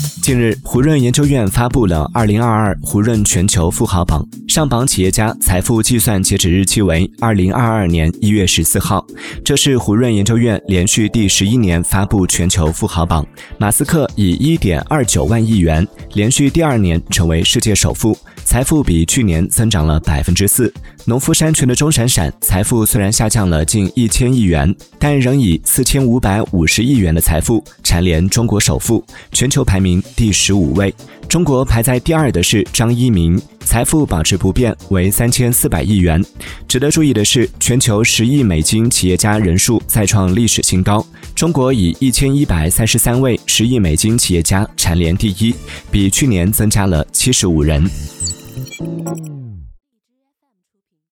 近日，胡润研究院发布了2022胡润全球富豪榜，上榜企业家财富计算截止日期为2022年1月14号。这是胡润研究院连续第11年发布全球富豪榜。马斯克以 1.29 万亿元连续第2年成为世界首富，财富比去年增长了 4%。农夫山泉的钟闪闪财富虽然下降了近1000亿元，但仍以4550亿元的财富蝉联中国首富，全球排名第15位。中国排在第2的是张一鸣，财富保持不变为3400亿元。值得注意的是，全球10亿美金企业家人数再创历史新高，中国以1133位10亿美金企业家蝉联第1，比去年增加了75人。